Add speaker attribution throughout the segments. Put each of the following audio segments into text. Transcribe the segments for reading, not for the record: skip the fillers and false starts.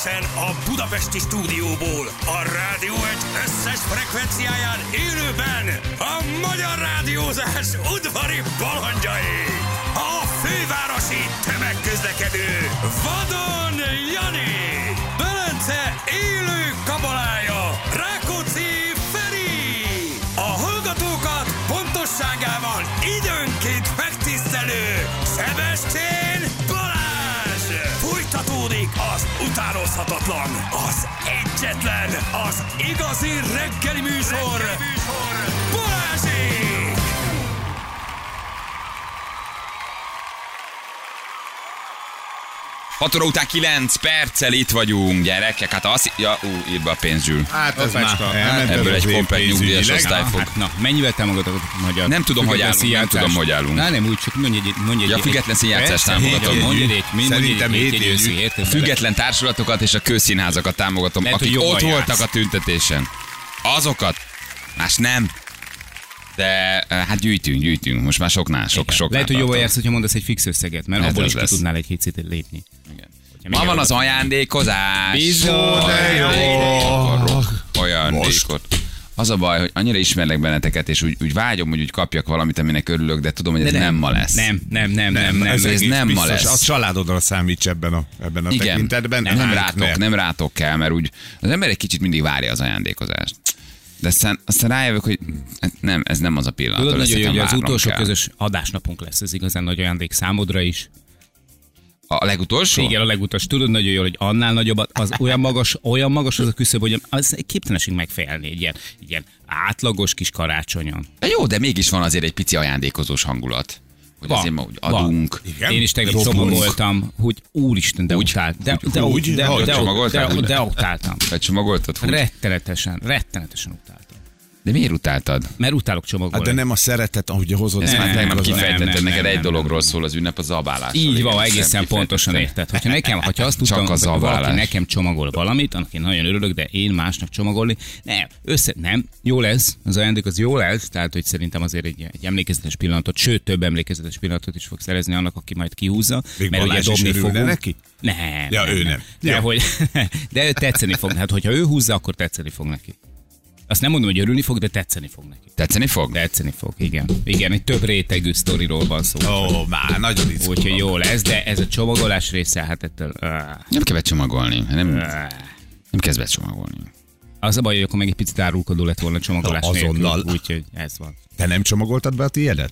Speaker 1: Egyenesen a budapesti stúdióból, a Rádió Egy összes frekvenciáján élőben a magyar rádiózás udvari balandjai. A fővárosi tömegközlekedő Vadon Jani, Belence élő kabalája Rákóczi Feri. A hallgatókat pontosságával időnként megtisztelő Sebestyén Balázs. Folytatódik az utánozhatatlan, az egyetlen, az igazi reggeli műsor, Balázsék!
Speaker 2: 6 óra után 9 perccel itt vagyunk, gyerekek. Hát azt... Ja, írt be a pénzsül.
Speaker 3: Hát ez már
Speaker 2: ebből egy komplet nyugdíjas osztály fog.
Speaker 4: Na, mennyivel támogatott a magyar?
Speaker 2: Nem tudom, hogy állunk.
Speaker 4: Nem, úgy csak mondj egy...
Speaker 2: Ja, független színjátszás támogatom. Független társulatokat és a közszínházakat támogatom, akik ott voltak a tüntetésen. Azokat, más nem. De hát gyűjtünk. Most már soknál.
Speaker 4: Lehet, hogy jobban jársz, hogyha mondasz egy fix összeget, mert abból is ki tudnál egy hétszét lépni.
Speaker 2: Igen. Ma van az ajándékozás.
Speaker 4: Bizony,
Speaker 3: de jó.
Speaker 2: Ajándékot. Az a baj, hogy annyira ismerlek benneteket, és úgy vágyom, hogy úgy kapjak valamit, aminek örülök, de tudom, hogy ez nem ma lesz.
Speaker 4: Nem.
Speaker 2: Ez nem ma lesz.
Speaker 3: A családodra számíts ebben a tekintetben.
Speaker 2: Nem rátok kell, mert úgy az ember egy kicsit mindig várja az ajándékozást. De aztán rájövök, hogy nem, ez nem az a pillanat.
Speaker 4: Tudod nagyon jó, hogy az utolsó közös adásnapunk lesz, ez igazán nagy ajándék számodra is.
Speaker 2: A legutolsó?
Speaker 4: Igen, a legutolsó. Tudod nagyon jól, hogy annál nagyobb, az olyan magas az a küszöb, hogy az képtelenség megfejelni egy ilyen átlagos kis karácsonyon.
Speaker 2: Jó, de mégis van azért egy pici ajándékozós hangulat. Hogy azért ma úgy adunk.
Speaker 4: Én is tegnap csomagoltam, hogy úristen, de utált. De utáltam.
Speaker 2: Becsomagoltad?
Speaker 4: Rettenetesen utáltam.
Speaker 2: De miért utáltad?
Speaker 4: Mert utálok csomagolni.
Speaker 3: De nem a szeretet, ahogy hozod.
Speaker 2: Ezt már tegnap kifejtetted, neked egy dologról szól az ünnep, a zabálás.
Speaker 4: Így van, egészen pontosan érted. Hogyha azt tudtam, hogy valaki nekem csomagol valamit, annak én nagyon örülök, de én másnak csomagolni, nem. Jó lesz, az ajándék az jó lesz, tehát hogy szerintem azért egy emlékezetes pillanatot, sőt több emlékezetes pillanatot is fog szerezni annak, aki majd kihúzza.
Speaker 3: Mert ugye dobni fogunk. Neki?
Speaker 4: Nem.
Speaker 3: Ja, ő nem.
Speaker 4: De ő tetszeni fog. Hát hogyha ő húzza, akkor tetszeni fog neki. Azt nem mondom, hogy örülni fog, de tetszeni fog neki.
Speaker 2: Tetszeni fog?
Speaker 4: Tetszeni fog, igen. Igen, egy több rétegű sztoriról van szó.
Speaker 3: Már nagyon izgalmas.
Speaker 4: Úgyhogy jó lesz, de ez a csomagolás része, hát ettől...
Speaker 2: Nem kell becsomagolni. Nem kezd becsomagolni.
Speaker 4: Az a baj, hogy akkor meg egy picit árulkodó lett volna a csomagolás nélkül. Úgyhogy ez van.
Speaker 3: Te nem csomagoltad be a tiédet?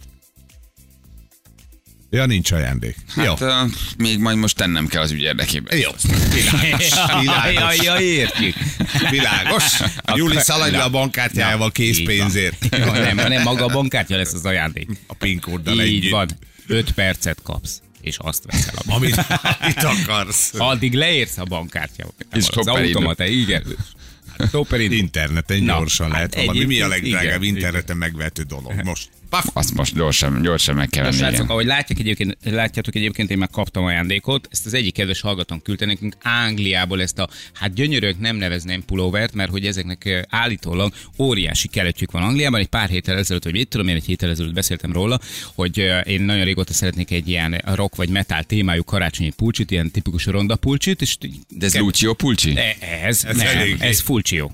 Speaker 3: Ja, nincs ajándék.
Speaker 2: Hát még majd most tennem kell az ügy érdekében.
Speaker 3: Jó, világos.
Speaker 4: Ja, értjük.
Speaker 3: Világos. Júli szaladj le a bankkártyájával készpénzért.
Speaker 4: Nem, maga a bankkártya lesz az ajándék.
Speaker 3: A PIN kóddal együtt.
Speaker 4: Így van. 5 percet kapsz, és azt veszel a
Speaker 3: amit akarsz.
Speaker 4: Addig leérsz a bankkártyával.
Speaker 2: És
Speaker 4: az automata, igen.
Speaker 3: Interneten gyorsan lehet valami. Mi a legdrágább interneten megvehető dolog? Most.
Speaker 2: Azt most gyorsan meg kell venni.
Speaker 4: Srácok, ahogy látjátok egyébként, én már kaptam ajándékot. Ezt az egyik kedves hallgatón küldte nekünk Angliából ezt a, hát gyönyörök nem nevezném pulóvert, mert hogy ezeknek állítólag óriási keletjük van Angliában. Egy pár héttel ezelőtt, vagy mit tudom én, egy héttel ezelőtt beszéltem róla, hogy én nagyon régóta szeretnék egy ilyen rock vagy metal témájú karácsonyi pulcsit, ilyen tipikus ronda pulcsit. És
Speaker 2: de ez Lucio pulcsi?
Speaker 4: Ez Fulcio.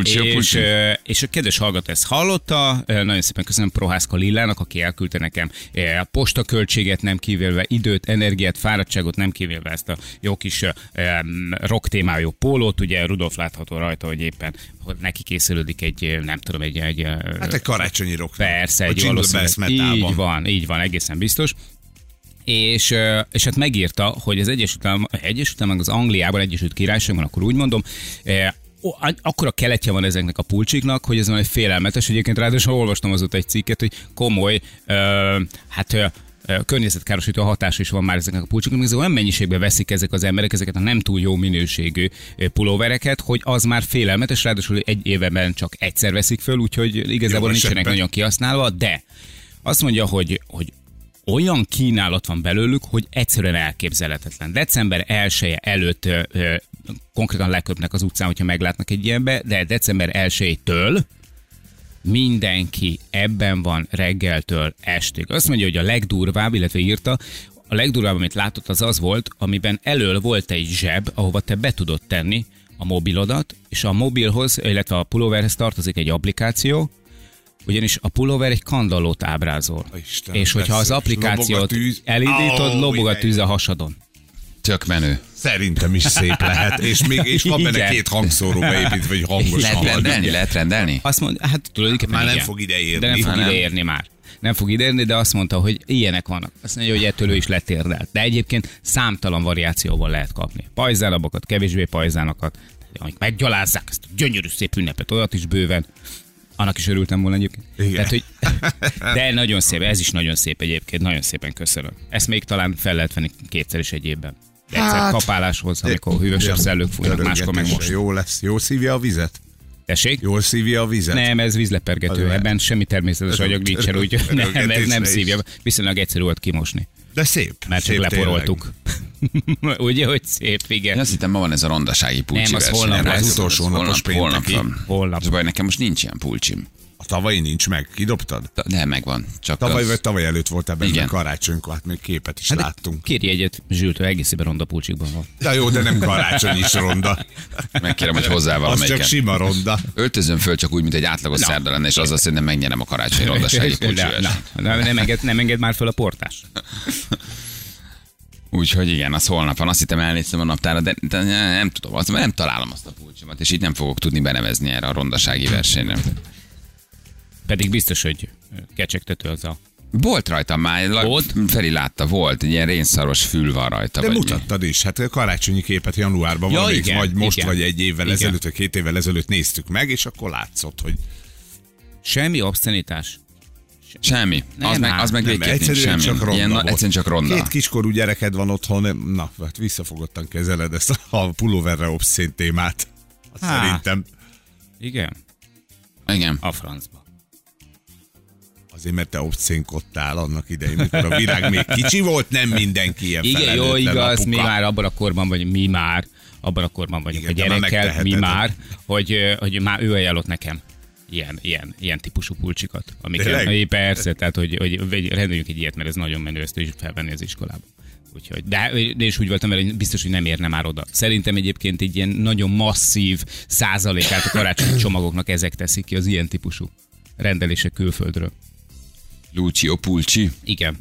Speaker 4: És a kedves hallgató ezt hallotta, nagyon szépen köszönöm Prohászka Lillának, aki elküldte nekem a postaköltséget nem kívülve, időt, energiát, fáradtságot nem kívülve ezt a jó kis rock témájú pólót. Ugye Rudolf látható rajta, hogy éppen neki készülődik egy, nem tudom, egy
Speaker 3: karácsonyi rock.
Speaker 4: Persze, egy valószínűleg. Így van, egészen biztos. És hát megírta, hogy az Egyesült Államok, az Angliában, Egyesült Királyságban, akkor úgy mondom, akkora keletje van ezeknek a pulcsiknak, hogy ez van egy félelmetes. Egyébként ráadásul olvastam azóta egy cikket, hogy komoly, környezetkárosító hatása is van már ezeknek a pulcsiknak, ezek olyan mennyiségben veszik ezek az emberek, ezeket a nem túl jó minőségű pulóvereket, hogy az már félelmetes, ráadásul egy évben csak egyszer veszik föl, úgyhogy igazából nincsenek nagyon kihasználva, de azt mondja, hogy olyan kínálat van belőlük, hogy egyszerűen elképzelhetetlen. December 1-e előtt konkrétan leköpnek az utcán, hogyha meglátnak egy ilyenbe, de december 1-től mindenki ebben van reggeltől estig. Azt mondja, hogy a legdurvább, illetve írta, a legdurvább, amit látott, az volt, amiben elől volt egy zseb, ahova te be tudod tenni a mobilodat, és a mobilhoz, illetve a pulóverhez tartozik egy applikáció, ugyanis a pulóver egy kandallót ábrázol.
Speaker 3: Isten,
Speaker 4: és hogyha az applikációt elindítod, lobog a tűz a hasadon.
Speaker 2: Tök menő.
Speaker 3: Szerintem is szép lehet. És van benne 2 hangszóró beépítve, vagy hangos
Speaker 2: Lehet rendelni?
Speaker 4: Azt mondja, hát tulajdonképpen
Speaker 3: már nem
Speaker 4: igen.
Speaker 3: fog ideérni.
Speaker 4: De nem fog ideérni már. Nem fog ideérni, de azt mondta, hogy ilyenek vannak. Azt mondja, hogy ettől ő is letérdelt. De egyébként számtalan variációval lehet kapni. Pajzánabokat, kevésbé pajzánakat, amik meggyalázzák ezt a gyönyörű szép ünnepet, olyat is bőven. Annak is örültem volna egyébként. Tehát, hogy, de nagyon szép, ez is nagyon szép egyébként, nagyon szépen köszönöm. Ezt még talán fel lehet venni 2-szer is egy évben. Egyszer kapáláshoz, amikor hűvösebb szellők fújnak, máskor meg most.
Speaker 3: Jó lesz. Jól szívja a vizet?
Speaker 4: Tessék?
Speaker 3: Jól szívja a vizet?
Speaker 4: Nem, ez vízlepergető, ebben semmi természetes anyag nincsen, úgy ez nem szívja. Viszonylag egyszerű volt kimosni.
Speaker 3: De szép.
Speaker 4: Mert csak leporoltuk. Ugye, hogy szép, igen.
Speaker 2: Én azt hittem, ma van ez a rondasági pulcsi
Speaker 4: Nem, az
Speaker 2: verseny.
Speaker 4: holnap lesz.
Speaker 3: Az utolsó napos pénteki.
Speaker 4: Holnap.
Speaker 2: És baj, nekem most nincs ilyen pulcsim.
Speaker 3: A tavalyi nincs meg. Kidobtad?
Speaker 2: De megvan. Csak
Speaker 3: Tavaly előtt voltál benne karácsonykor, hát még képet is láttunk.
Speaker 4: Kérj egyet Zsültől, egészében ronda pulcsikban van.
Speaker 3: De jó, de nem karácsony is ronda.
Speaker 2: Megkérem, hogy hozzá valamelyiket.
Speaker 3: Az csak sima ronda.
Speaker 2: Öltözöm föl csak úgy, mint egy átlagos szerda lenne, és azzal szerintem megnyerem a karácsonyi rondasági pulcsiversenyt.
Speaker 4: Nem enged már föl a portás.
Speaker 2: Úgyhogy igen, az holnap van. Azt hittem, elnéztem a naptára, de nem tudom, nem találom azt a pulcsimat, és így nem fogok tudni benevezni erre a rondasági versenyre.
Speaker 4: Pedig biztos, hogy kecsegtető az a...
Speaker 2: Volt rajta már, Feri látta, volt, egy ilyen rénszaros fül van rajta.
Speaker 3: De mutattad is, hát a karácsonyi képet januárban valamelyik, vagy most, vagy egy évvel ezelőtt, vagy 2 évvel ezelőtt néztük meg, és akkor látszott, hogy...
Speaker 4: Semmi obszenitás.
Speaker 2: Semmi. Az meg végképp nincs semmi.
Speaker 3: Csak ronda
Speaker 2: egyszerűen csak ronda.
Speaker 3: 2 kiskorú gyereked van otthon, na, hát visszafogottan kezeled ezt a pulóverre obszén témát. Szerintem.
Speaker 4: Igen.
Speaker 2: Igen.
Speaker 4: A francba.
Speaker 3: Azért, mert te obszénkodtál annak idején, mikor a virág még kicsi volt, nem mindenki ilyen
Speaker 4: igen, jó, igaz, apuka. Mi már abban a korban vagyunk, igen, a gyerekkel, mi már, hogy már ő ajánlott nekem ilyen típusú pulcsikat. Persze, tehát hogy rendeljünk egy ilyet, mert ez nagyon menő, ezt is felvenni az iskolába. Úgyhogy, de és úgy voltam, mert biztos, hogy nem érne már oda. Szerintem egyébként egy ilyen nagyon masszív százalékát a karácsonyi csomagoknak ezek teszik ki, az ilyen típusú rendelések külföldről.
Speaker 2: Lucio Pulcsi?
Speaker 4: Igen.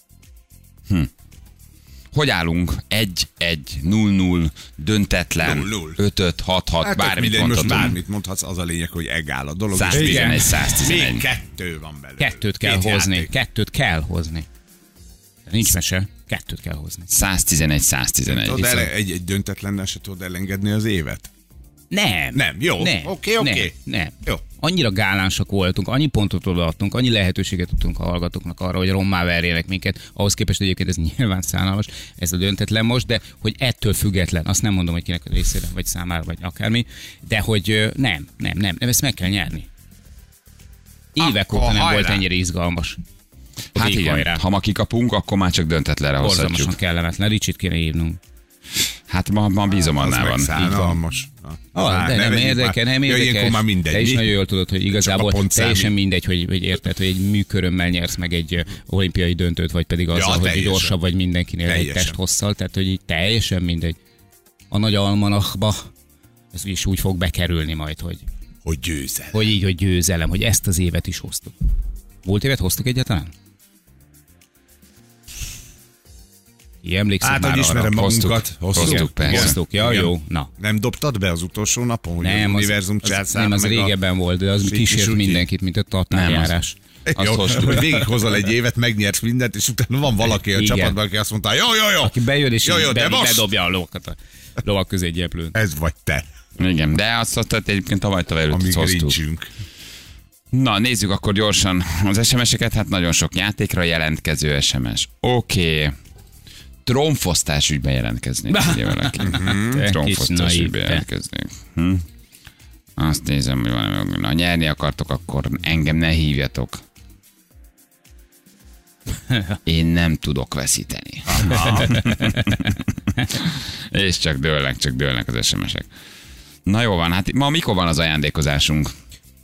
Speaker 2: Hogy állunk? 1-1, 0-0, döntetlen, 5-5, 6-6,
Speaker 3: hát
Speaker 2: bármit mondhatunk.
Speaker 3: Most bármit mondhatsz, az a lényeg, hogy egál a dolog.
Speaker 2: 111-111.
Speaker 3: Még 2 van belőle.
Speaker 4: 2-t kell hozni. 2-t kell hozni. Nincs mese. 2-t kell hozni.
Speaker 2: 111-111.
Speaker 3: Egy döntetlennel se tudod elengedni az évet?
Speaker 4: Nem.
Speaker 3: Jó. Oké.
Speaker 4: Nem.
Speaker 3: Jó.
Speaker 4: Annyira gálánsak voltunk, annyi pontot odaadtunk, annyi lehetőséget tudtunk a hallgatóknak arra, hogy rommá verjenek minket. Ahhoz képest egyébként ez nyilván szánalmas, ez a döntetlen most, de hogy ettől független, azt nem mondom, hogy kinek a részére, vagy számára, vagy akármi, de hogy nem, ezt meg kell nyerni. Évek óta nem volt ennyire izgalmas.
Speaker 2: Hát igen, ha ma kikapunk, akkor már csak döntetlenre hozhatjuk.
Speaker 4: Borzalmasan kellemetlen, Ricsit kéne hívnunk.
Speaker 2: Hát ma bízom annál van.
Speaker 3: Így van most.
Speaker 4: De nem érdekel.
Speaker 3: Ilyenkor már mindegy.
Speaker 4: Te is nagyon jól tudod, hogy igazából teljesen mindegy, hogy érted, hogy egy műkörömmel nyersz meg egy olimpiai döntőt, vagy pedig azzal, hogy gyorsabb vagy mindenkinél egy testhosszal, tehát hogy így teljesen mindegy. A nagy almanachba ez is úgy fog bekerülni majd,
Speaker 3: hogy győzelem.
Speaker 4: Hogy győzelem, hogy ezt az évet is hoztuk. Múlt évet hoztuk egyáltalán? Emlékszem
Speaker 3: hát, hogy ismerem magunkat.
Speaker 2: Hoztuk, persze.
Speaker 4: Hoztuk, ja, jó. Na.
Speaker 3: Nem dobtad be az utolsó napon, hogy nem, az univerzum császár?
Speaker 4: Nem, az régebben volt, de az kísért mindenkit, mint a tatárjárás.
Speaker 3: Azt hoztuk. Hogy végighozol egy évet, megnyersz mindent, és utána van valaki a csapatban, aki azt mondta, jó.
Speaker 4: Aki bejön, és bedobja a lovakat a lovak közé egy gyeplőn.
Speaker 3: Ez vagy te.
Speaker 2: Igen, de azt egyébként tavaly előtt hoztuk. Na, nézzük akkor gyorsan az SMS-eket, hát nagyon sok játékra jelentkező SMS. Oké. Trónfosztás ügyben jelentkeznék. Trónfosztás ügyben jelentkeznék. Azt nézem, hogy van. Ha nyerni akartok, akkor engem ne hívjatok. Én nem tudok veszíteni. És csak dőlnek az SMS-ek. Na jó van, hát ma mikor van az ajándékozásunk?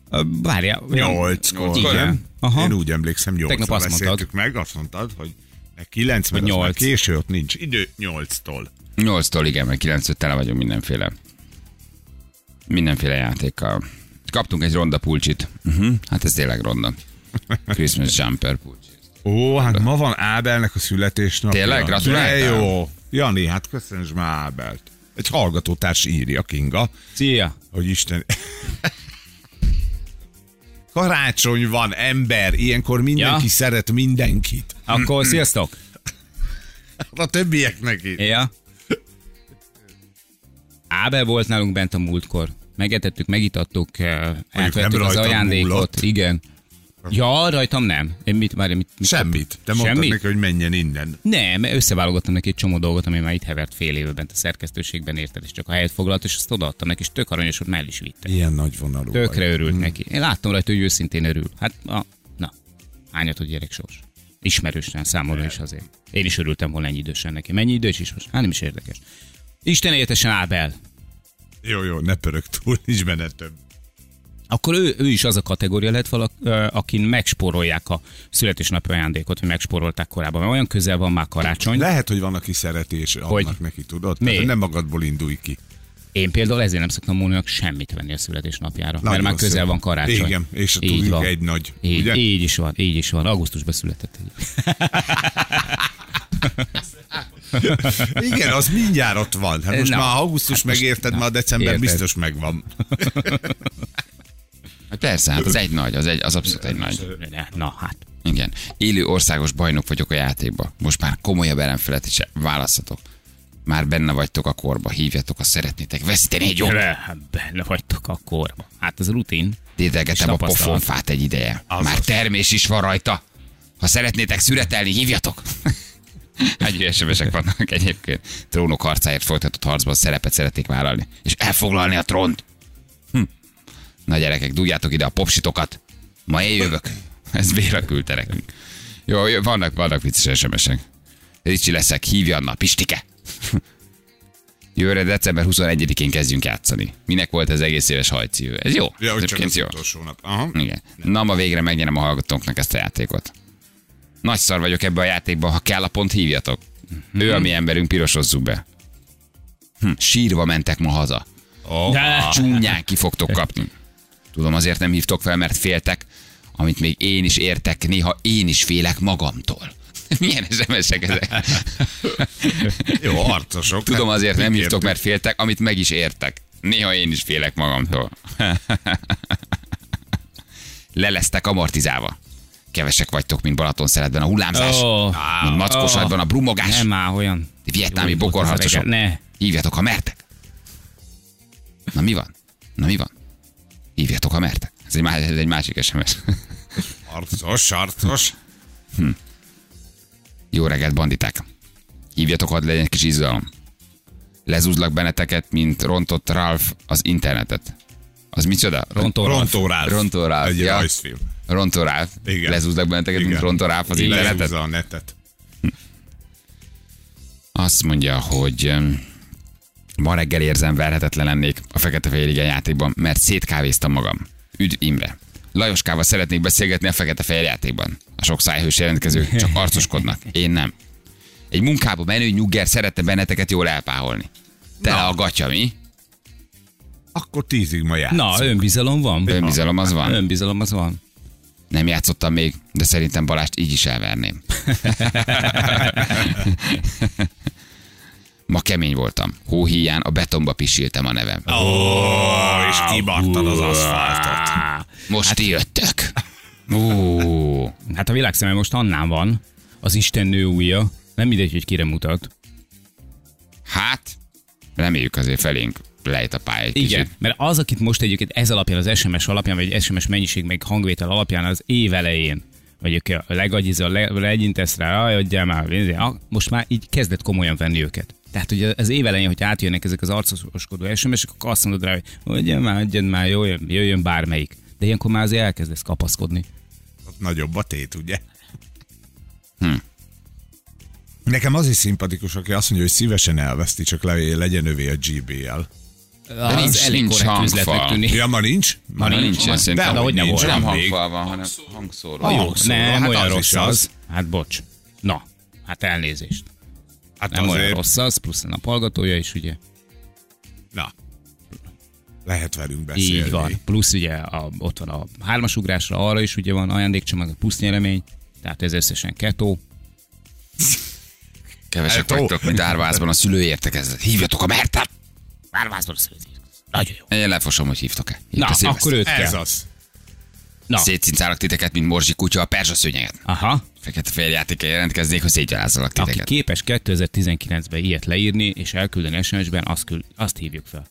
Speaker 4: Várjál.
Speaker 3: 8-kor.
Speaker 4: Igen.
Speaker 3: Én úgy emlékszem, 8-kor
Speaker 4: beszéltük
Speaker 3: meg, azt mondtad, hogy 9, mert 8. Késő, ott nincs idő 8-tól.
Speaker 2: 8-tól, igen, mert 9-től tele vagyunk mindenféle játékkal. Kaptunk egy ronda pulcsit. Hát ez tényleg ronda. Christmas jumper pulcsi.
Speaker 3: Ó, hát ma van Ábelnek a születésnapja.
Speaker 2: Tényleg? Gratuláltál?
Speaker 3: Jó. Jani, hát köszönöm már Ábelt. Egy hallgatótárs írja, Kinga.
Speaker 4: Szia!
Speaker 3: Hogy Isten... Karácsony van, ember, ilyenkor mindenki szeret mindenkit.
Speaker 4: Akkor sziasztok!
Speaker 3: A többieknek itt.
Speaker 4: Ja. Ábel volt nálunk bent a múltkor. Megetettük, megitattuk, átvettük az ajándékot.
Speaker 3: Múlott.
Speaker 4: Igen. Ja, rajtam nem. Mit
Speaker 3: Semmit. Te mondtad neki, hogy menjen innen.
Speaker 4: Nem, összeválogattam neki egy csomó dolgot, ami már itt hevert fél éve bent a szerkesztőségben, érted, és csak a helyet foglalt, és azt odaadtam neki, és tök aranyos, hogy már is vitte.
Speaker 3: Ilyen nagy vonalú.
Speaker 4: Tökre örült neki. Én láttam rajta, hogy őszintén örül. Hát, na, hányat, hogy gyerek sors. Ismerősen számomra is azért. Én is örültem volna ennyi idősen neki. Mennyi idős is most? Hát nem is érdekes. Isten éltesen Ábel.
Speaker 3: Jó, ne pörög túl, nincs benne több.
Speaker 4: Akkor ő is az a kategória lehet akin megspórolják a születésnapi ajándékot, hogy megspórolták korábban, mert olyan közel van már karácsony.
Speaker 3: Lehet, hogy van, aki szereti, és adnak neki, tudod? Tehát nem magadból indulj ki.
Speaker 4: Én például ezért nem szoktam Móninak semmit venni a születésnapjára, mert már közel van karácsony.
Speaker 3: Igen, és a túlik egy nagy.
Speaker 4: Így is van. Augusztusban született.
Speaker 3: Igen, az mindjárt ott van. Hát most már augusztus megérted, már december biztos megvan.
Speaker 2: Persze, hát az egy nagy, az abszolút egy nagy.
Speaker 4: Na hát.
Speaker 2: Igen. Élő országos bajnok vagyok a játékban. Most már komolyabb ellenfelet is választhatok. Már benne vagytok a korba, hívjatok, ha szeretnétek veszíteni egy jobb.
Speaker 4: Benne vagytok a korba. Hát ez rutin.
Speaker 2: Dédelgetem a pofonfát egy ideje. Már termés is van rajta. Ha szeretnétek szüretelni, hívjatok. Hát SMS-ek vannak egyébként. Trónok harcáért folytatott harcban szerepet szeretnék vállalni. És elfoglalni a trónt. Na gyerekek, dugjátok ide a popsitokat. Ma én jövök. Ez Béla küldte nekünk. Jó, vannak vicces SMS-ek. Ricsi leszek, hívja Anna, Pistike. Jövőre december 21-én kezdjünk játszani. Minek volt ez egész éves hajcívő? Ez jó.
Speaker 3: Ja, hogy csak az utolsó nap. Aha.
Speaker 2: Igen. Na, ma végre megnyerem a hallgatóknak ezt a játékot. Nagy szar vagyok ebbe a játékban, ha kell a pont, hívjatok. Ő a mi emberünk, pirosozzuk be. Sírva mentek ma haza. Csúnyán ki fogtok kapni. Tudom, azért nem hívtok fel, mert féltek, amit még én is értek, néha én is félek magamtól. Milyen SMS-ek ezek?
Speaker 3: Jó, harcosok.
Speaker 2: Tudom, azért nem hívtok, mert féltek, amit meg is értek. Néha én is félek magamtól. Le lesztek amortizálva. Kevesek vagytok, mint Balatonszeredben a hullámzás, mint Mackosagyban a brumogás.
Speaker 4: Nem már olyan.
Speaker 2: Vietnámi bokorharcosok. Hívjatok, ha mertek. Na mi van? Hívjatok, ha mertek. Ez egy másik SMS.
Speaker 3: Harcos.
Speaker 2: Jó reggelt, banditák. Hívjatok, hadd legyen egy kis izgalom. Lezúzlak benneteket, mint rontott Ralph az internetet. Az micsoda?
Speaker 3: Rontó Ralph. Egy rajzfilm.
Speaker 2: Rontó Ralph. Lezúzlak benneteket, mint Rontó Ralph az internetet.
Speaker 3: Lezúzza a netet.
Speaker 2: Azt mondja, hogy ma reggel érzem, verhetetlen lennék a Fekete-fehér igen játékban, mert szétkávéztam magam. Üdv Imre. Lajoskával szeretnék beszélgetni a Fekete-fehér játékban. A sok szájhős jelentkezők csak arcoskodnak. Én nem. Egy munkába menő nyugger szeretne benneteket jól elpáholni. Tele a gatya, mi?
Speaker 3: Akkor 10-ig ma játszunk.
Speaker 4: Na, önbizalom van.
Speaker 2: Önbizalom az van. Nem játszottam még, de szerintem Balást így is elverném. Ma kemény voltam. Hóhíján a betonba pisiltem a nevem.
Speaker 3: És kibartad az aszfaltot.
Speaker 2: Most ti jöttök.
Speaker 4: Hát a világszeme most annál van. Az Isten nő ujja. Nem mindegy, hogy kire mutat.
Speaker 2: Hát, reméljük azért felénk lejt a pálya egy
Speaker 4: Igen,
Speaker 2: kicsit.
Speaker 4: mert az, akit most egyébként ez alapján, az SMS alapján, vagy SMS mennyiség, meg hangvétel alapján az év elején, vagy legagyizol, legyintesz rá, adjál már, most már így kezdett komolyan venni őket. Tehát, hogy az év elején, hogy átjönnek ezek az arcoskodó SMS-ek, akkor azt mondod rá, hogy adjad már, jöjjön bármelyik. De ilyenkor már azért elkezdesz kapaszkodni.
Speaker 3: Nagyobb a tét, ugye? Nekem az is szimpatikus, aki azt mondja, hogy szívesen elveszti, csak legyen övé a GBL.
Speaker 2: Az elég korrekt üzletnek tűnik.
Speaker 3: Ja, ma nincs?
Speaker 2: Ma nincs,
Speaker 3: de
Speaker 4: hogy nem
Speaker 2: nem hangfal van, hanem hangszóró.
Speaker 4: Nem,
Speaker 3: hát
Speaker 4: olyan
Speaker 3: az
Speaker 4: rossz
Speaker 3: is
Speaker 4: az. Hát bocs. Na, Hát elnézést.
Speaker 3: Hát
Speaker 4: nem olyan rossz az, plusz a naphallgatója is, ugye?
Speaker 3: Na, lehet velünk beszélni.
Speaker 4: Így van. Plusz ugye ott van a 3-as ugrásra, arra is ugye van ajándékcsomag, a plusz nyeremény, tehát ez összesen kettó.
Speaker 2: Kevesek vagytok, mint Árvázban a szülő értekezlet. Hívjatok a Mertát!
Speaker 4: Árvázban a szülő. Nagyon jó.
Speaker 2: Én lefosom, hogy hívtok-e.
Speaker 4: Na, akkor őt kell.
Speaker 3: Ez az.
Speaker 2: Szétszincálok titeket, mint morzsi kutya a perzsa szőnyeget.
Speaker 4: Aha.
Speaker 2: Fekete féljátékkel jelentkeznék, hogy szétgyalázzanak titeket.
Speaker 4: Aki képes 2019-ben ilyet leírni, és elküldeni SMS-ben, azt hívjuk fel.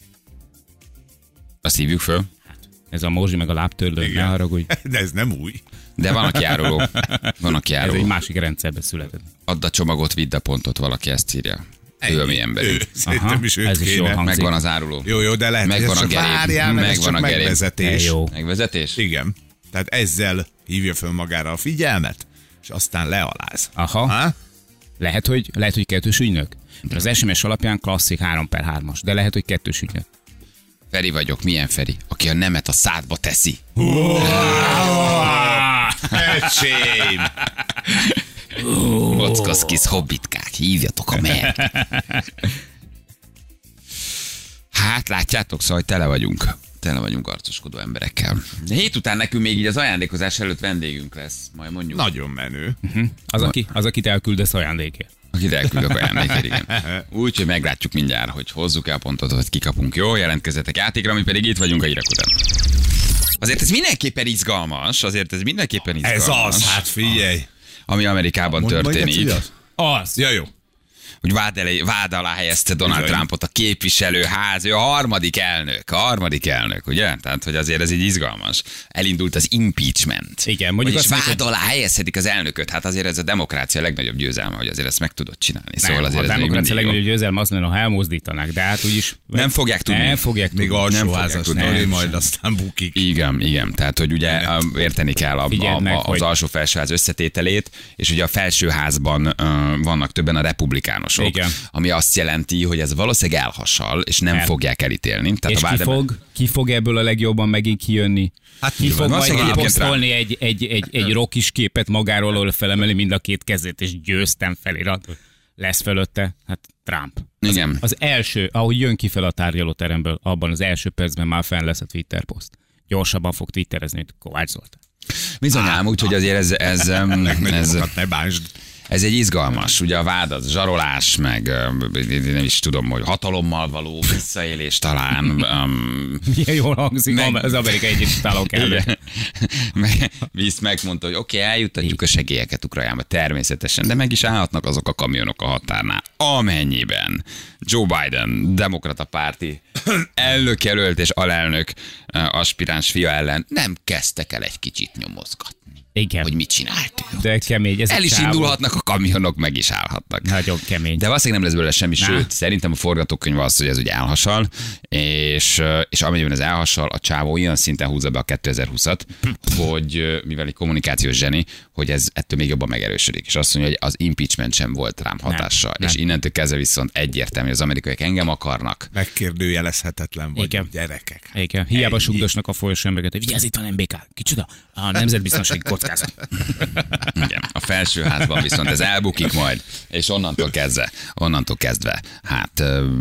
Speaker 2: Azt hívjuk föl?
Speaker 4: Hát, ez a morzsi meg a lábtörlő, ne haragudj.
Speaker 3: De ez nem új.
Speaker 2: De van, aki járuló. Van, aki járuló.
Speaker 4: Ez egy másik rendszerbe született.
Speaker 2: Add a csomagot, vidd a pontot, valaki ezt írja. Ő a mi emberünk.
Speaker 3: Szerintem is őt
Speaker 4: ez is jól
Speaker 3: kéne.
Speaker 4: hangzik.
Speaker 2: Megvan az áruló.
Speaker 3: Jó, de lehet,
Speaker 2: Megvan
Speaker 3: hogy
Speaker 2: a gerém.
Speaker 3: várjál, meg ez
Speaker 2: Megvan
Speaker 3: csak
Speaker 2: a gerém.
Speaker 3: megvezetés.
Speaker 4: Jó.
Speaker 2: Megvezetés?
Speaker 3: Igen. Tehát ezzel hívja föl magára a figyelmet, és aztán lealáz.
Speaker 4: Aha.
Speaker 3: Ha?
Speaker 4: Lehet, hogy kettős ügynök. Mert az SMS alapján klasszik 3/3-as, de lehet, hogy kettős ügynök.
Speaker 2: Feri vagyok. Milyen Feri? Aki a nemet a szádba teszi.
Speaker 3: Öcsém!
Speaker 2: Mockosz kis hobbitkák, hívjatok a Mert. Hát látjátok, szóval tele vagyunk arcoskodó emberekkel. De hét után nekünk még így az ajándékozás előtt vendégünk lesz, majd mondjuk.
Speaker 3: Nagyon menő.
Speaker 4: Az, akit elküldesz ajándékért.
Speaker 2: Akit elküldök ajándékért, igen. Úgyhogy meglátjuk mindjárt, hogy hozzuk-e a pontot, vagy kikapunk. Jó, jelentkezzetek játékra, mi pedig itt vagyunk a hírek után. Azért ez mindenképpen izgalmas,
Speaker 3: Ez az, hát figyelj.
Speaker 2: ami Amerikában történik.
Speaker 4: Az.
Speaker 3: Ja, jó.
Speaker 2: Hogy vád alá helyezte Donald Trumpot a képviselőház, ő a harmadik elnök, ugye? Tehát, hogy azért ez így izgalmas. Elindult az impeachment.
Speaker 4: Igen, mondjuk
Speaker 2: vagyis
Speaker 4: azt
Speaker 2: vád alá helyezhetik az elnököt. Hát azért ez a demokrácia legnagyobb győzelme, hogy azért ezt meg tudod csinálni. Szóval azért
Speaker 4: a
Speaker 2: ez még
Speaker 4: demokrácia
Speaker 2: mindig
Speaker 4: legnagyobb győzelme az lenne, ha elmozdítanák, de hát úgyis...
Speaker 2: Nem fogják tudni.
Speaker 4: Nem fogják tudni.
Speaker 3: Még alsóházas
Speaker 2: tudni.
Speaker 3: Nori, majd aztán bukik.
Speaker 2: Igen. Tehát, hogy ugye érteni kell az alsó-felsőház összetételét, és ugye a felsőházban vannak többen a republikánusok.
Speaker 4: Igen.
Speaker 2: Ami azt jelenti, hogy ez valószínűleg elhasal, és nem fogják elítélni. Tehát
Speaker 4: és ki fog ebből a legjobban megint kijönni?
Speaker 3: Hát
Speaker 4: ki fog majd posztolni
Speaker 2: Trump.
Speaker 4: egy rockis képet magáról, ahol felemeli mind a két kezét, és győztem felirat. Lesz fölötte? Hát Trump.
Speaker 2: Igen.
Speaker 4: Az első, ahogy jön ki fel a tárgyalóteremből, abban az első percben már fenn lesz a Twitter poszt. Gyorsabban fog twitterezni, mint Kovács Zoltán.
Speaker 2: Bizonyám, úgyhogy azért ez
Speaker 3: ne bánsd.
Speaker 2: Ez egy izgalmas, ugye a vád az zsarolás, meg nem is tudom, hogy hatalommal való visszaélés talán.
Speaker 4: Milyen jól hangzik az Amerikai Egyesült Államok elnök.
Speaker 2: Visz megmondta, hogy oké, eljuttatjuk a segélyeket Ukrajnába, természetesen, de meg is állhatnak azok a kamionok a határnál, amennyiben Joe Biden, demokrata párti elnökjelölt és alelnök aspiráns fia ellen nem kezdtek el egy kicsit nyomozgatni.
Speaker 4: Igen.
Speaker 2: Hogy mit csinált ő.
Speaker 4: De kemény.
Speaker 2: El is indulhatnak a kamionok, meg is állhatnak.
Speaker 4: Nagyon kemény.
Speaker 2: De valószínűleg nem lesz belőle semmi, sőt, szerintem a forgatókönyv az, hogy ez ugye elhasal, és amennyiben ez elhasal, a csávó olyan szinten húzza be a 2020-at, hogy mivel egy kommunikációs zseni, hogy ez ettől még jobban megerősödik. És azt mondja, hogy az impeachment sem volt rám hatással. Nem. És innentől kezdve viszont egyértelmű, hogy az amerikaiak engem akarnak.
Speaker 3: Megkérdőjelezhetetlen vagy gyerekek.
Speaker 4: Igen. Hiába sugdosnak a folyosó embereket, hogy vigyázz, itt van MBK. Kicsoda? A nemzetbiztonsági kockázat.
Speaker 2: Igen, a felsőházban viszont ez elbukik majd, és onnantól kezdve, hát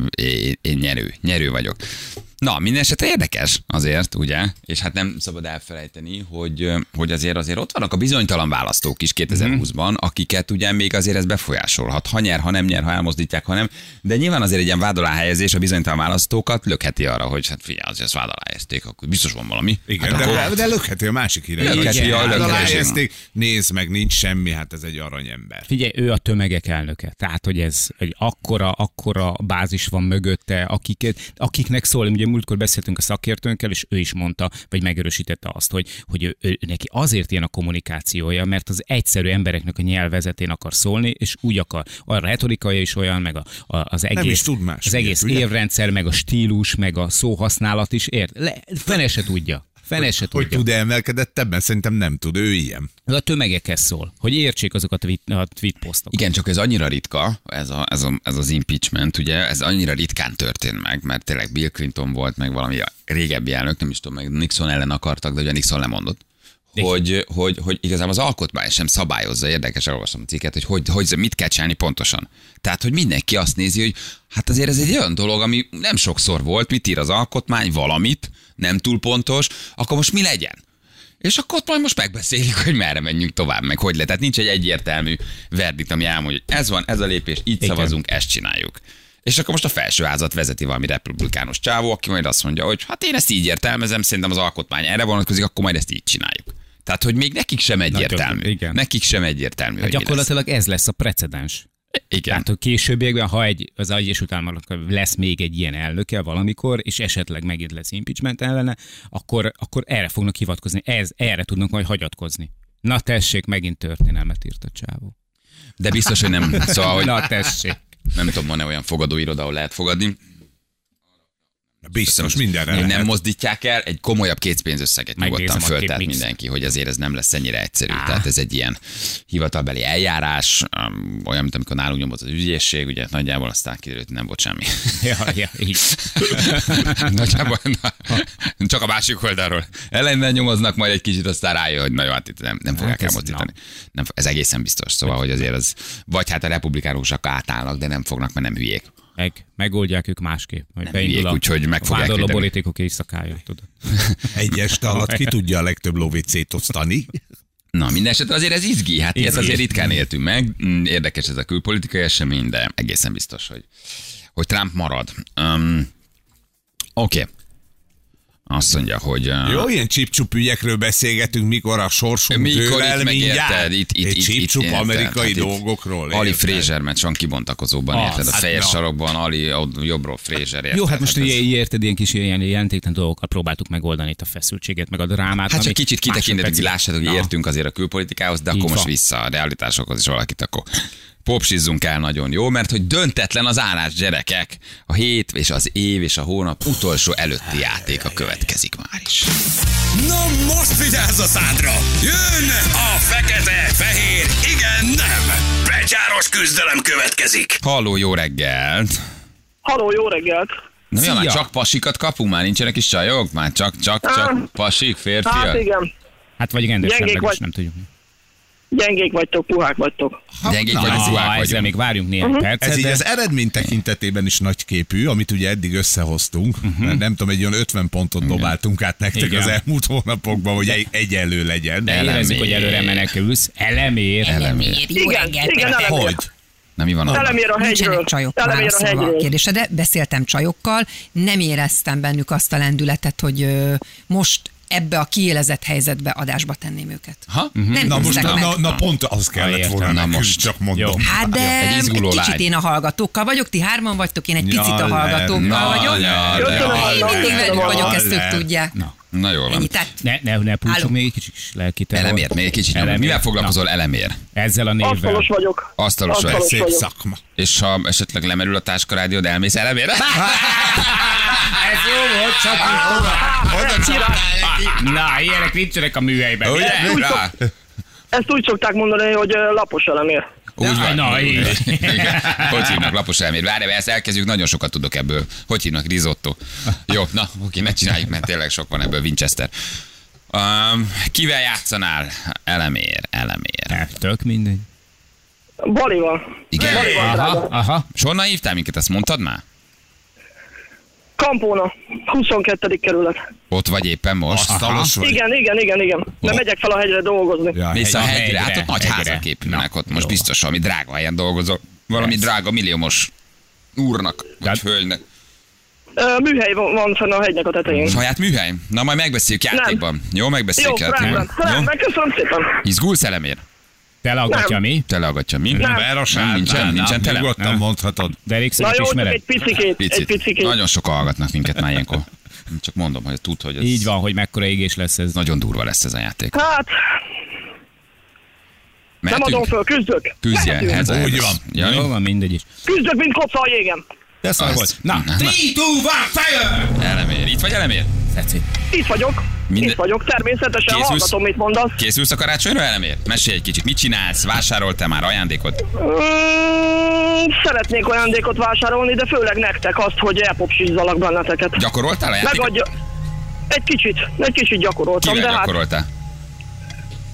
Speaker 2: én nyerő vagyok. Na, minden esetre érdekes azért, ugye? És hát nem szabad elfelejteni, hogy azért ott vannak a bizonytalan választók is 2020-ban, akiket ugye még azért ez befolyásolhat. Ha nyer, ha nem nyer, ha elmozdítják, ha nem. De nyilván azért egy ilyen vád alá helyezés a bizonytalan választókat lökheti arra, hogy hát figyelj, azért ezt vád alá helyezték, akkor biztos van valami.
Speaker 3: Igen, hát de lökheti a másik híre. Vád alá helyezték, nézd meg, nincs semmi, hát ez egy aranyember.
Speaker 4: Figyelj, ő a tömegek elnöke. Tehát, hogy ez egy akkora bázis van mögötte, akiknek szól, ugye múltkor beszéltünk a szakértőnkkel, és ő is mondta, vagy megerősítette azt, hogy ő neki azért ilyen a kommunikációja, mert az egyszerű embereknek a nyelvezetén akar szólni, és úgy akar. A retorikai is olyan, meg az egész évrendszer, meg a stílus, meg a szóhasználat is fene se tudja. Hogy
Speaker 3: tud emelkedettebben? Szerintem nem tud, ő ilyen.
Speaker 4: Ez a tömegekhez szól, hogy értsék azokat a tweet posztokat.
Speaker 2: Igen, csak ez annyira ritka, ez az impeachment, ugye, ez annyira ritkán történt meg, mert tényleg Bill Clinton volt, meg valami régebbi elnök, nem is tudom, meg Nixon ellen akartak, de ugye Nixon lemondott, hogy igazából az alkotmány sem szabályozza, érdekes, elolvastam a cikket, hogy mit kell csinálni pontosan. Tehát, hogy mindenki azt nézi, hogy hát azért ez egy olyan dolog, ami nem sokszor volt, mit ír az alkotmány, valamit, nem túl pontos, akkor most mi legyen? És akkor ott majd most megbeszéljük, hogy merre menjünk tovább, meg hogy le. Tehát nincs egy egyértelmű verdikt, ami elmondja, hogy ez van, ez a lépés, így szavazunk, ezt csináljuk. És akkor most a felsőházat vezeti valami republikánus csávó, aki majd azt mondja, hogy hát én ezt így értelmezem, szerintem az alkotmány erre vonatkozik, akkor majd ezt így csináljuk. Tehát, hogy még nekik sem egyértelmű. Nekik sem egyértelmű,
Speaker 4: hát gyakorlatilag ez lesz a precedens.
Speaker 2: Igen.
Speaker 4: Tehát, hogy későbbiekben, ha az Egyesült Államoknak lesz még egy ilyen elnöke valamikor, és esetleg megint lesz impeachment ellene, akkor erre fognak hivatkozni. Erre tudnak majd hagyatkozni. Na tessék, megint történelmet írt a csávó.
Speaker 2: De biztos, hogy nem. Szóval, hogy
Speaker 4: na tessék.
Speaker 2: Nem tudom, van-e olyan fogadóiroda, ahol lehet fogadni.
Speaker 3: Biztos, mindenre lehet.
Speaker 2: Nem mozdítják el, egy komolyabb készpénzösszeget nyugodtan föltett mindenki, hogy azért ez nem lesz ennyire egyszerű. Tehát ez egy ilyen hivatalbeli eljárás, olyan, mint amikor nálunk nyomoz az ügyészség, ugye nagyjából aztán kiderült, hogy nem volt semmi.
Speaker 4: Ja, így.
Speaker 2: Nagyjából csak a másik oldalról. Ellenben nyomoznak, majd egy kicsit, aztán rájön, hogy na jó, hát itt nem fogják elmozdítani. Nem, ez egészen biztos. Szóval, hogy azért az, vagy hát a republikánusok átállnak, de nem fognak, mert nem hülyék.
Speaker 4: Megoldják ők másképp.
Speaker 2: Majd beindul
Speaker 4: úgyhogy
Speaker 2: meg fogják
Speaker 4: védeni. A politikok éjszakája, tudod.
Speaker 3: Egy este alatt ki tudja a legtöbb lóvécét osztani.
Speaker 2: Na, minden esetre azért ez izgi. Hát ilyet azért ritkán éltünk meg. Érdekes ez a külpolitikai esemény, de egészen biztos, hogy Trump marad. Oké. Azt mondja, hogy...
Speaker 3: Jó, ilyen csip-csup ügyekről beszélgetünk, mikor a sorsunk dől el mindjárt. Egy csip-csup amerikai dolgokról.
Speaker 2: Ali Fraser, mert csak kibontakozóban érted. A fejes sarokban Ali jobbról Fraser érted.
Speaker 4: Jó, hát most ugye érted, ilyen kis ilyen jelentéktelen dolgokat próbáltuk megoldani itt a feszültséget, meg a drámát.
Speaker 2: Hát csak kicsit kitekintettük, hogy lássátok, hogy értünk azért a külpolitikához, de akkor most vissza a realitásokhoz is valakit, akkor popsizzunk el nagyon jó, mert hogy döntetlen az állás, gyerekek. A hét és az év és a hónap utolsó előtti játéka következik már is.
Speaker 1: Na most vigyázz a szádra! Jön a fekete, fehér, igen, nem! Becsáros küzdelem következik!
Speaker 2: Halló, jó reggelt!
Speaker 5: Halló, jó reggelt!
Speaker 2: Na mi, már csak pasikat kapunk? Már nincsenek is csajok? Már csak pasik, férfiak?
Speaker 5: Hát igen.
Speaker 4: Hát vagy rendőrsemleges, nem tudjuk.
Speaker 5: Gyengék vagytok, puhák vagytok.
Speaker 2: Gyengék vagytok, puhák vagyunk.
Speaker 4: Ezzel még várjunk néhány percet.
Speaker 3: Ez így az eredmény tekintetében is nagyképű, amit ugye eddig összehoztunk. Mert nem tudom, egy olyan 50 pontot dobáltunk át nektek az elmúlt hónapokban, hogy egyenlő legyen.
Speaker 4: De érezzük, hogy előre menekülsz. Elemér.
Speaker 6: Jó reggelt.
Speaker 5: Igen,
Speaker 3: hogy?
Speaker 2: Na, mi van ott?
Speaker 5: Elemér a hegyről.
Speaker 6: Nincsenek csajok, válaszolva a kérdésedre. Beszéltem csajokkal, nem éreztem bennük azt a lendületet, hogy most ebbe a kiélezett helyzetbe adásba tenném őket. Nem
Speaker 3: na most
Speaker 6: meg.
Speaker 3: Na pont az kellett volna nekünk, most csak mondom.
Speaker 6: Hát de egy kicsit én a hallgatókkal vagyok, ti hárman vagytok, én egy picit a hallgatókkal vagyok. Én mindig velük vagyok, ezt ők tudják.
Speaker 2: Na jól van.
Speaker 4: Ne pulcsuk még egy kicsit lelkite.
Speaker 2: Elemér, még egy kicsit. Mivel foglalkozol, Elemér?
Speaker 4: Ezzel a névvel.
Speaker 5: Asztalos vagyok.
Speaker 2: Asztalos vagy.
Speaker 3: Szép szakma.
Speaker 2: És ha esetleg lemerül a táskarádiód, elmész Elemérre?
Speaker 4: Ez jó volt, csak na, ilyenek nincsenek a műhelyben.
Speaker 5: Ezt úgy szokták mondani, hogy lapos elemér.
Speaker 2: Úgy van.
Speaker 4: Na,
Speaker 2: hogy hívnak, lapos elmér. Várj, ezt elkezdjük, nagyon sokat tudok ebből. Hogy hívnak, risotto. Jó, na, oké, ne csináljuk, mert tényleg sok van ebből, Winchester. Kivel játszanál? Elemér.
Speaker 4: Tök mindegy.
Speaker 5: Balival.
Speaker 2: Igen?
Speaker 5: Balival,
Speaker 4: Aha.
Speaker 2: És honnan hívtál minket, ezt mondtad már?
Speaker 5: Kampóna, 22. kerület.
Speaker 2: Ott vagy éppen most?
Speaker 3: Asztalos vagy?
Speaker 5: Igen. De megyek fel a hegyre dolgozni.
Speaker 3: Ja,
Speaker 2: mész a hegyre, hát ott nagy
Speaker 4: hegyre.
Speaker 2: házak épülnek ott. Most biztos valami drága helyen dolgozol. Valami drága milliómos úrnak, vagy hölgynek.
Speaker 5: Műhely van fenn a hegynek a tetején.
Speaker 2: Saját műhely? Na majd megbeszéljük játékban. Jó, megbeszéljük játékban.
Speaker 5: Rendben, köszönöm szépen.
Speaker 2: Izgulsz, Elemér?
Speaker 4: Teleaggatja mi?
Speaker 2: Teleaggatja mi? Nincsen tele.
Speaker 3: Nyugodtan mondhatod.
Speaker 4: De elég
Speaker 5: Na
Speaker 4: szeret
Speaker 5: jó, csak
Speaker 4: ismered.
Speaker 5: egy picikét.
Speaker 2: Nagyon sokan hallgatnak minket már ilyenkor. Csak mondom, hogy tud, hogy ez
Speaker 4: Így van, hogy mekkora égés lesz ez.
Speaker 2: nagyon durva lesz ez a játék.
Speaker 5: Hát, nem adom föl, küzdök.
Speaker 2: Küzdje, ez a
Speaker 3: Úgy van.
Speaker 2: Jani?
Speaker 4: Jó van, mindegy is.
Speaker 5: Küzdök, mint koca a jégen.
Speaker 4: De szar volt. Na, 3, 2, 1, fire!
Speaker 2: Elemér, itt vagy Elemér?
Speaker 5: Itt vagyok, természetesen hallgatom, mit mondasz.
Speaker 2: Készülsz a karácsonyra, Elemér? Mesélj egy kicsit, mit csinálsz? Vásároltál már ajándékot?
Speaker 5: Szeretnék ajándékot vásárolni, de főleg nektek azt, hogy elpopsizzalak benneteket.
Speaker 2: Gyakoroltál a játékot?
Speaker 5: Egy kicsit gyakoroltam,
Speaker 2: Kivel
Speaker 5: de
Speaker 2: gyakoroltál?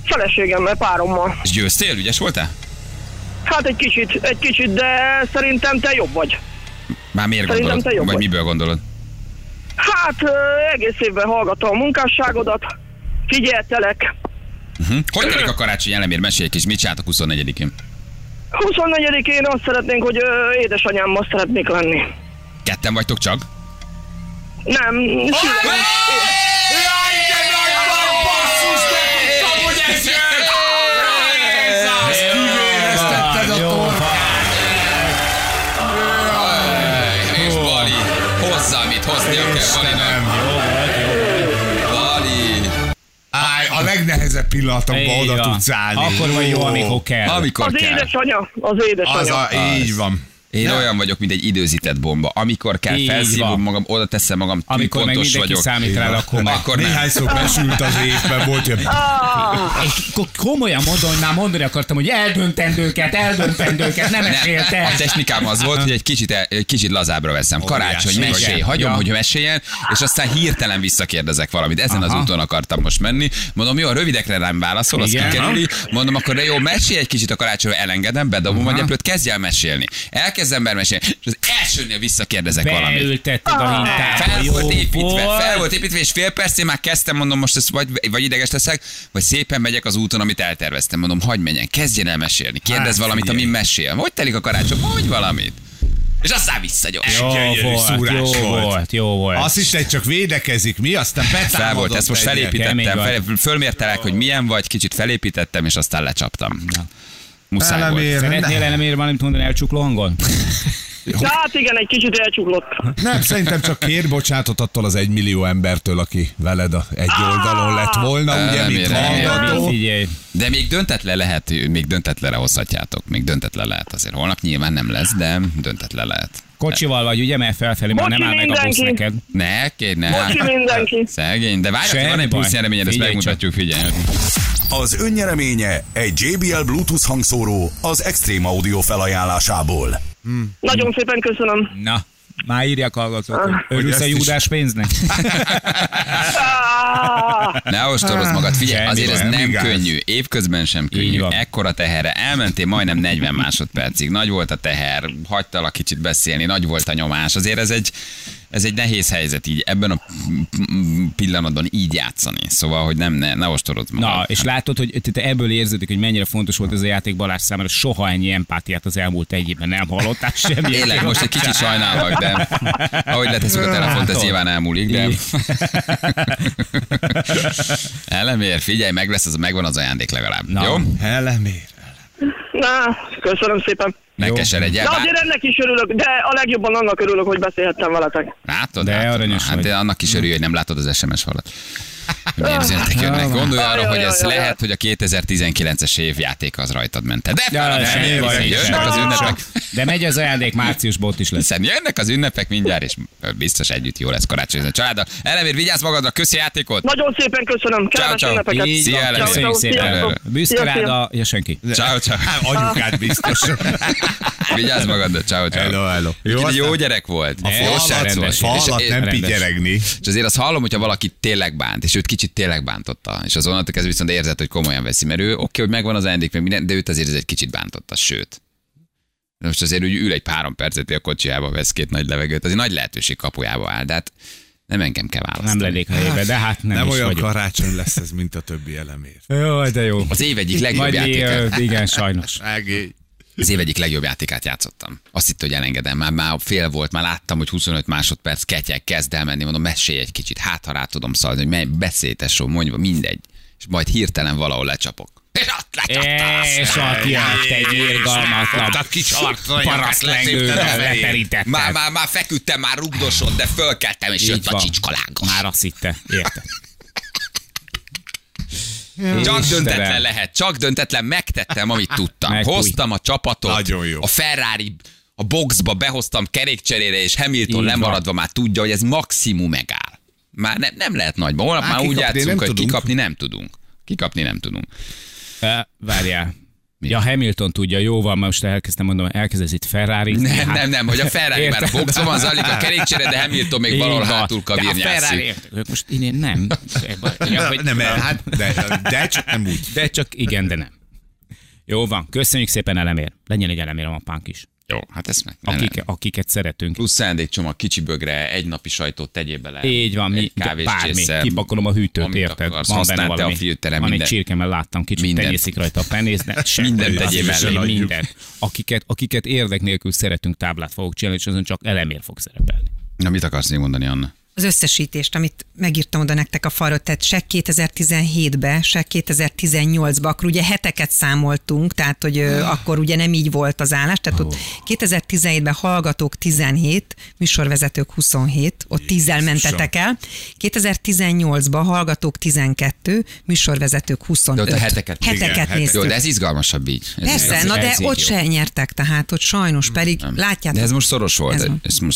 Speaker 5: Feleségemmel, párommal.
Speaker 2: És győztél? Ügyes voltál?
Speaker 5: Hát egy kicsit, de szerintem te jobb vagy.
Speaker 2: Már miért gondolod? Vagy miből gondolod?
Speaker 5: Hát egész évben hallgatom a munkásságodat, figyeltelek.
Speaker 2: Hogy telik a karácsony, Elemér? Mesélj egy kis, mit csináltok 24-én?
Speaker 5: 24-én azt szeretnénk, hogy édesanyámmal szeretnék lenni.
Speaker 2: Ketten vagytok csak?
Speaker 5: Nem,
Speaker 2: És Bali, hozzá, amit hoznia kell Balinak. Bali.
Speaker 3: A legnehezebb pillanatokban oda tudsz állni.
Speaker 4: Akkor van jó, amikor kell.
Speaker 2: Amikor kell.
Speaker 5: Az édesanyja.
Speaker 3: Így van.
Speaker 2: Én olyan vagyok, mint egy időzített bomba. Amikor kell, felszívom magam, oda teszem magam,
Speaker 4: amikor meg mindenki
Speaker 2: vagyok.
Speaker 4: számít rá, akkor nem.
Speaker 3: Néhányszor besült az évben, volt ilyen...
Speaker 4: Komolyan mondom, hogy már mondani akartam, hogy eldöntendőket, nem eséltek.
Speaker 2: A technikám az volt, hogy egy kicsit lazábbra veszem. Karácsony, mesélj, hagyom, hogy meséljen, és aztán hirtelen visszakérdezek valamit. Ezen az úton akartam most menni. Mondom, jó, a rövidekre rám válaszol, az kikerüli. Mondom, akkor de jó, mesélj egy kicsit a karácsonyról, elengedem, bedobom a gyeplőt, kezdj el mesélni. Elkezd ember mesélni, és az elsőnél visszakérdezek valamit.
Speaker 4: Beültetted a hintát.
Speaker 2: Fel volt építve, és fél percén már kezdtem, mondom, most ezt vagy ideges leszek, vagy szépen megyek az úton, amit elterveztem. Mondom, hagyj menjen, kezdjen el mesélni, kérdezz valamit, ami mesél. Hogy telik a karácsony, mondj valamit. És aztán visszagyorsul.
Speaker 4: Jó volt.
Speaker 3: Azt is egy csak védekezik, mi? Aztán betámadott.
Speaker 2: Fel volt, ezt most felépítettem, fölmértelek, hogy milyen vagy, kicsit felépítettem, és aztán lecsaptam. Muszáj volt.
Speaker 4: Szeretnél Elemér valamit mondani elcsukló hangon?
Speaker 5: Hát igen, egy kicsit elcsuklott.
Speaker 3: Nem, szerintem csak kér bocsánatot attól az 1 millió embertől, aki veled egy oldalon lett volna, ugye, mint hallgató.
Speaker 2: De még döntetlenre hozhatjátok. Még döntetlen lehet azért. Holnap nyilván nem lesz, de döntetlen lehet.
Speaker 4: Kocsival vagy, ugye, mert felfelé már nem áll meg a busz neked.
Speaker 2: Ne.
Speaker 5: Bocsi mindenki.
Speaker 2: Szegény, de várj, van egy plusz nyereményed, ezt megmutatjuk, figyelj.
Speaker 1: Az önnyereménye egy JBL Bluetooth hangszóró az Extreme Audio felajánlásából.
Speaker 5: Nagyon szépen köszönöm.
Speaker 4: Na, már írják hallgatók, hogy örülsz a Júdás pénznek?
Speaker 2: Ne ostorozd magad, figyelj, azért ez nem könnyű, évközben sem könnyű, ekkora teherre, elmentél majdnem 40 másodpercig, nagy volt a teher, hagytalak kicsit beszélni, nagy volt a nyomás, azért ez egy nehéz helyzet így, ebben a pillanatban így játszani, szóval, hogy ne ostorozd magad.
Speaker 4: Na, és látod, hogy te ebből érződik, hogy mennyire fontos volt ez a játék Balázs számára, soha ennyi empátiát az elmúlt egy évben nem hallottál semmi.
Speaker 2: Élek, most egy kicsit sajnálok, de ahogy leteszünk a telefont, ez nyilván elmúlik, de... Elemér, figyelj, megvan az ajándék legalább. Na. Jó?
Speaker 3: Elemér.
Speaker 5: Na, köszönöm szépen.
Speaker 2: Ne keseredj el.
Speaker 5: De azért ennek is örülök, de a legjobban annak örülök, hogy beszélhettem veletek.
Speaker 2: Látod?
Speaker 4: De aranyos
Speaker 2: hát de annak is örülj, hogy nem látod az SMS falat. Milyen üzenetek jönnek. Gondolj arra, hogy ez lehet, hogy a 2019-es év játék az rajtad ment. De jönnek az ünnepek.
Speaker 4: De megy az ajándék, márciusban ott is lesz.
Speaker 2: Hiszen jönnek az ünnepek mindjárt, és biztos együtt jó lesz karácsony a családdal. Elemér, vigyázz magadra, köszi játékot!
Speaker 5: Nagyon szépen köszönöm, kellemes ünnepeket!
Speaker 2: Szia, Elemér!
Speaker 4: Szépen! Büszke rád a Jasenki.
Speaker 2: Ciao.
Speaker 3: Anyukád biztos.
Speaker 2: Vigyázz magadra, ciao.
Speaker 3: Hello.
Speaker 2: Jó gyerek volt.
Speaker 3: Falat nem pigyeregni.
Speaker 2: És azért azt hallom, hogyha valaki tényleg bánt, és őt kicsit tényleg bántotta. És azonnal kezdve viszont érzed, hogy komolyan veszi, mert ő oké, hogy megvan az ajándék, meg minden, de őt azért ez egy kicsit bántotta, sőt. De most azért úgy ül egy 3 percet a kocsiába, vesz 2 nagy levegőt, azért nagy lehetőség kapujába áll, de hát nem engem kell választani.
Speaker 4: Nem lennék helyébe, de hát nem is
Speaker 3: olyan
Speaker 4: vagyok.
Speaker 3: Karácsony lesz ez, mint a többi Elemér.
Speaker 4: Jaj, de jó.
Speaker 2: Az év egyik legjobb játékát.
Speaker 4: Igen, sajnos.
Speaker 2: Az év egyik legjobb játékát játszottam. Azt hitt, hogy elengedem. Már fél volt, már láttam, hogy 25 másodperc ketyeg, kezd el menni, mondom, mesélj egy kicsit, hát ha rá tudom szalni, hogy beszélj tesó, mondj, mindegy. És majd hirtelen valahol lecsapok. És ott lecsaptál.
Speaker 4: És ott jött egy irgalmatlan parasztlengővel leterítetted.
Speaker 2: Már feküdtem, már rugdosott, de fölkeltem, és jött a csicskalágos.
Speaker 4: Már azt hitte, érted.
Speaker 2: Csak döntetlen lehet, csak döntetlen, megtettem, amit tudtam. Hoztam a csapatot, a Ferrari a boxba behoztam kerékcserére, és Hamilton lemaradva már tudja, hogy ez maximum megáll. Már nem lehet nagyban. Holnap már úgy játszunk, hogy kikapni nem tudunk. Várjál.
Speaker 4: Ja, Hamilton tudja, jó van, most elkezdesz itt Ferrari.
Speaker 2: Nem, hogy a Ferrari már a boxon zajlik a kerékcsere, de Hamilton még valahol hátul kabírnyászik.
Speaker 4: Most én nem.
Speaker 3: De csak nem úgy.
Speaker 4: De csak igen, de nem. Jó van, köszönjük szépen, Elemér. Legyen egy Elemér a mapánk is.
Speaker 2: Jó, hát ezt meg.
Speaker 4: Akiket szeretünk.
Speaker 2: Plusz ajándékcsomag kicsi bögre, egy napi sajtót tegyél bele.
Speaker 4: Így van, bármi. Kipakolom a hűtőt, érted? Van benne valami. Van egy csirkemel, láttam, kicsit tenyészik rajta a penész,
Speaker 2: mindent tegyél bele.
Speaker 4: Mindent. Akiket érdek nélkül szeretünk, táblát fogok csinálni, és azon csak Elemér fog szerepelni.
Speaker 2: Na, mit akarsz még mondani, Anna?
Speaker 6: Az összesítést, amit megírtam oda nektek a falra, tehát se 2017-be, se 2018-ba, akkor ugye heteket számoltunk, tehát hogy akkor ugye nem így volt az állás, tehát ott 2017-ben hallgatók 17, műsorvezetők 27, ott 10-el mentetek el. 2018-ban hallgatók 12, műsorvezetők 25.
Speaker 2: De ott a heteket
Speaker 6: néztük.
Speaker 2: Jó, de ez izgalmasabb így.
Speaker 6: Persze, na de ott se nyertek, tehát ott sajnos pedig, látjátok.
Speaker 2: De ez most szoros volt.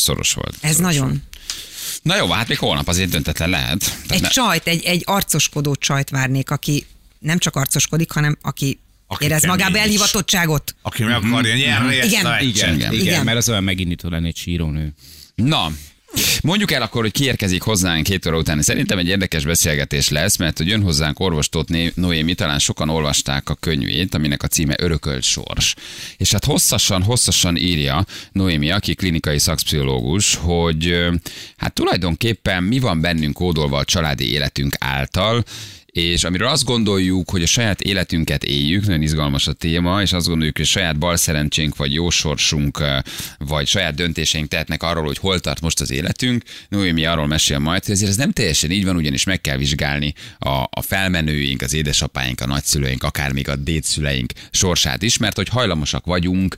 Speaker 2: Ez
Speaker 6: nagyon.
Speaker 2: Na jó, hát még holnap azért döntetlen lehet.
Speaker 6: Egy arcoskodó csajt várnék, aki nem csak arcoskodik, hanem aki érez magába elhivatottságot.
Speaker 3: Aki meg akarja nyerni
Speaker 4: Igen, mert az olyan megindító lenne egy sírónő.
Speaker 2: Na, mondjuk el akkor, hogy ki érkezik hozzánk 2 óra után. Szerintem egy érdekes beszélgetés lesz, mert hogy jön hozzánk orvos Tóth Noémi, talán sokan olvasták a könyvét, aminek a címe Örökölt sors. És hát hosszasan írja Noémi, aki klinikai szakpszichológus, hogy hát tulajdonképpen mi van bennünk kódolva a családi életünk által, és amiről azt gondoljuk, hogy a saját életünket éljük, nagyon izgalmas a téma, és azt gondoljuk, hogy a saját balszerencsénk, vagy jó sorsunk, vagy saját döntéseink tehetnek arról, hogy hol tart most az életünk. Noémi arról mesél majd, hogy azért ez nem teljesen így van, ugyanis meg kell vizsgálni a felmenőink, az édesapáink, a nagyszülőink, akár még a dédszüleink sorsát is, mert hogy hajlamosak vagyunk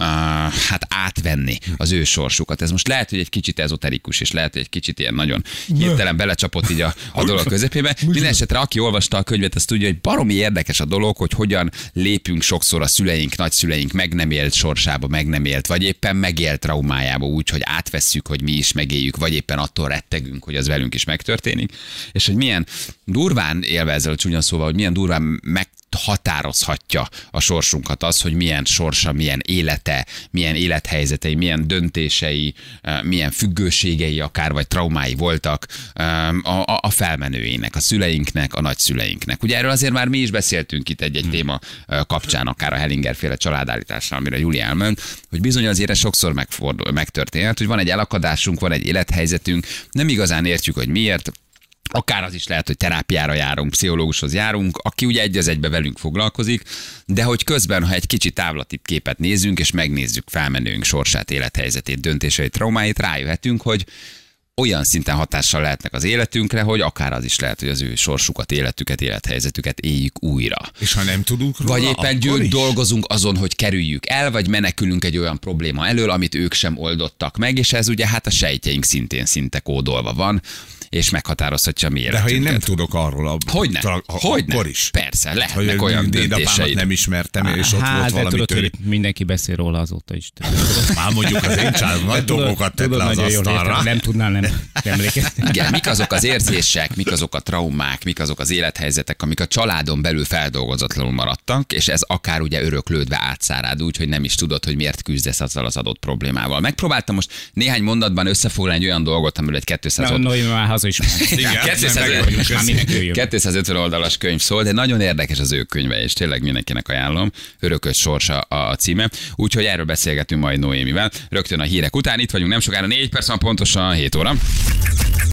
Speaker 2: hát átvenni az ő sorsukat. Ez most lehet, hogy egy kicsit ezoterikus, és lehet, hogy egy kicsit ilyen nagyon hirtelen belecsapott így a dolog közepébe. Minden esetre, aki olvasta a könyvet, azt tudja, hogy baromi érdekes a dolog, hogy hogyan lépünk sokszor a szüleink, nagyszüleink meg nem élt sorsába, meg nem élt, vagy éppen megélt traumájába úgy, hogy átvesszük, hogy mi is megéljük, vagy éppen attól rettegünk, hogy az velünk is megtörténik. És hogy milyen durván élve ezzel a csúnya szóval, hogy milyen durván meghatározhatja a sorsunkat az, hogy milyen sorsa, milyen élete, milyen élethelyzetei, milyen döntései, milyen függőségei akár, vagy traumái voltak a felmenőinek, a szüleinknek, a nagyszüleinknek. Ugye erről azért már mi is beszéltünk itt egy téma kapcsán, akár a Hellinger-féle családállításnál, amire Júli elment, hogy bizony azért ez sokszor megtörténhet, hogy van egy elakadásunk, van egy élethelyzetünk, nem igazán értjük, hogy miért, akár az is lehet, hogy terápiára járunk, pszichológushoz járunk, aki ugye egy az egybe velünk foglalkozik, de hogy közben, ha egy kicsit távlatibb képet nézzünk, és megnézzük felmenőink sorsát, élethelyzetét, döntéseit, traumáit, rájöhetünk, hogy olyan szinten hatással lehetnek az életünkre, hogy akár az is lehet, hogy az ő sorsukat, életüket, élethelyzetüket éljük újra.
Speaker 3: És ha nem tudunk róla,
Speaker 2: vagy éppen dolgozunk azon, hogy kerüljük el, vagy menekülünk egy olyan probléma elől, amit ők sem oldottak meg, és ez ugye hát a sejtjeink szintén szinte kódolva van, és meghatározhatja mi életünket.
Speaker 3: De ha én nem tudok arról
Speaker 2: Hogyne?
Speaker 3: Akkor is.
Speaker 2: Persze, lehetnek olyan döntéseid.
Speaker 3: Nem ismertem, és ott volt valami
Speaker 4: tudod, hogy mindenki beszél róla azóta is.
Speaker 3: Már mondjuk az én családom nagy dolgokat tett le az asztalra.
Speaker 4: Nem tudnál nem emlékezni.
Speaker 2: Igen, mik azok az érzések, mik azok a traumák, mik azok az élethelyzetek, amik a családon belül feldolgozatlanul maradtak, és ez akár ugye öröklődve átszárád úgy, hogy nem is tudod, hogy miért küzdesz azzal az adott problémával. Megpróbáltam most néhány mondatban összefoglalni egy olyan dolgot, amiről egy 250 oldalas könyv szól, de nagyon érdekes az ő könyve, és tényleg mindenkinek ajánlom. Örökölt sorsa a címe. Úgyhogy erről beszélgetünk majd Noémivel. Rögtön a hírek után itt vagyunk, nem sokára 4 perc van pontosan 7 óra.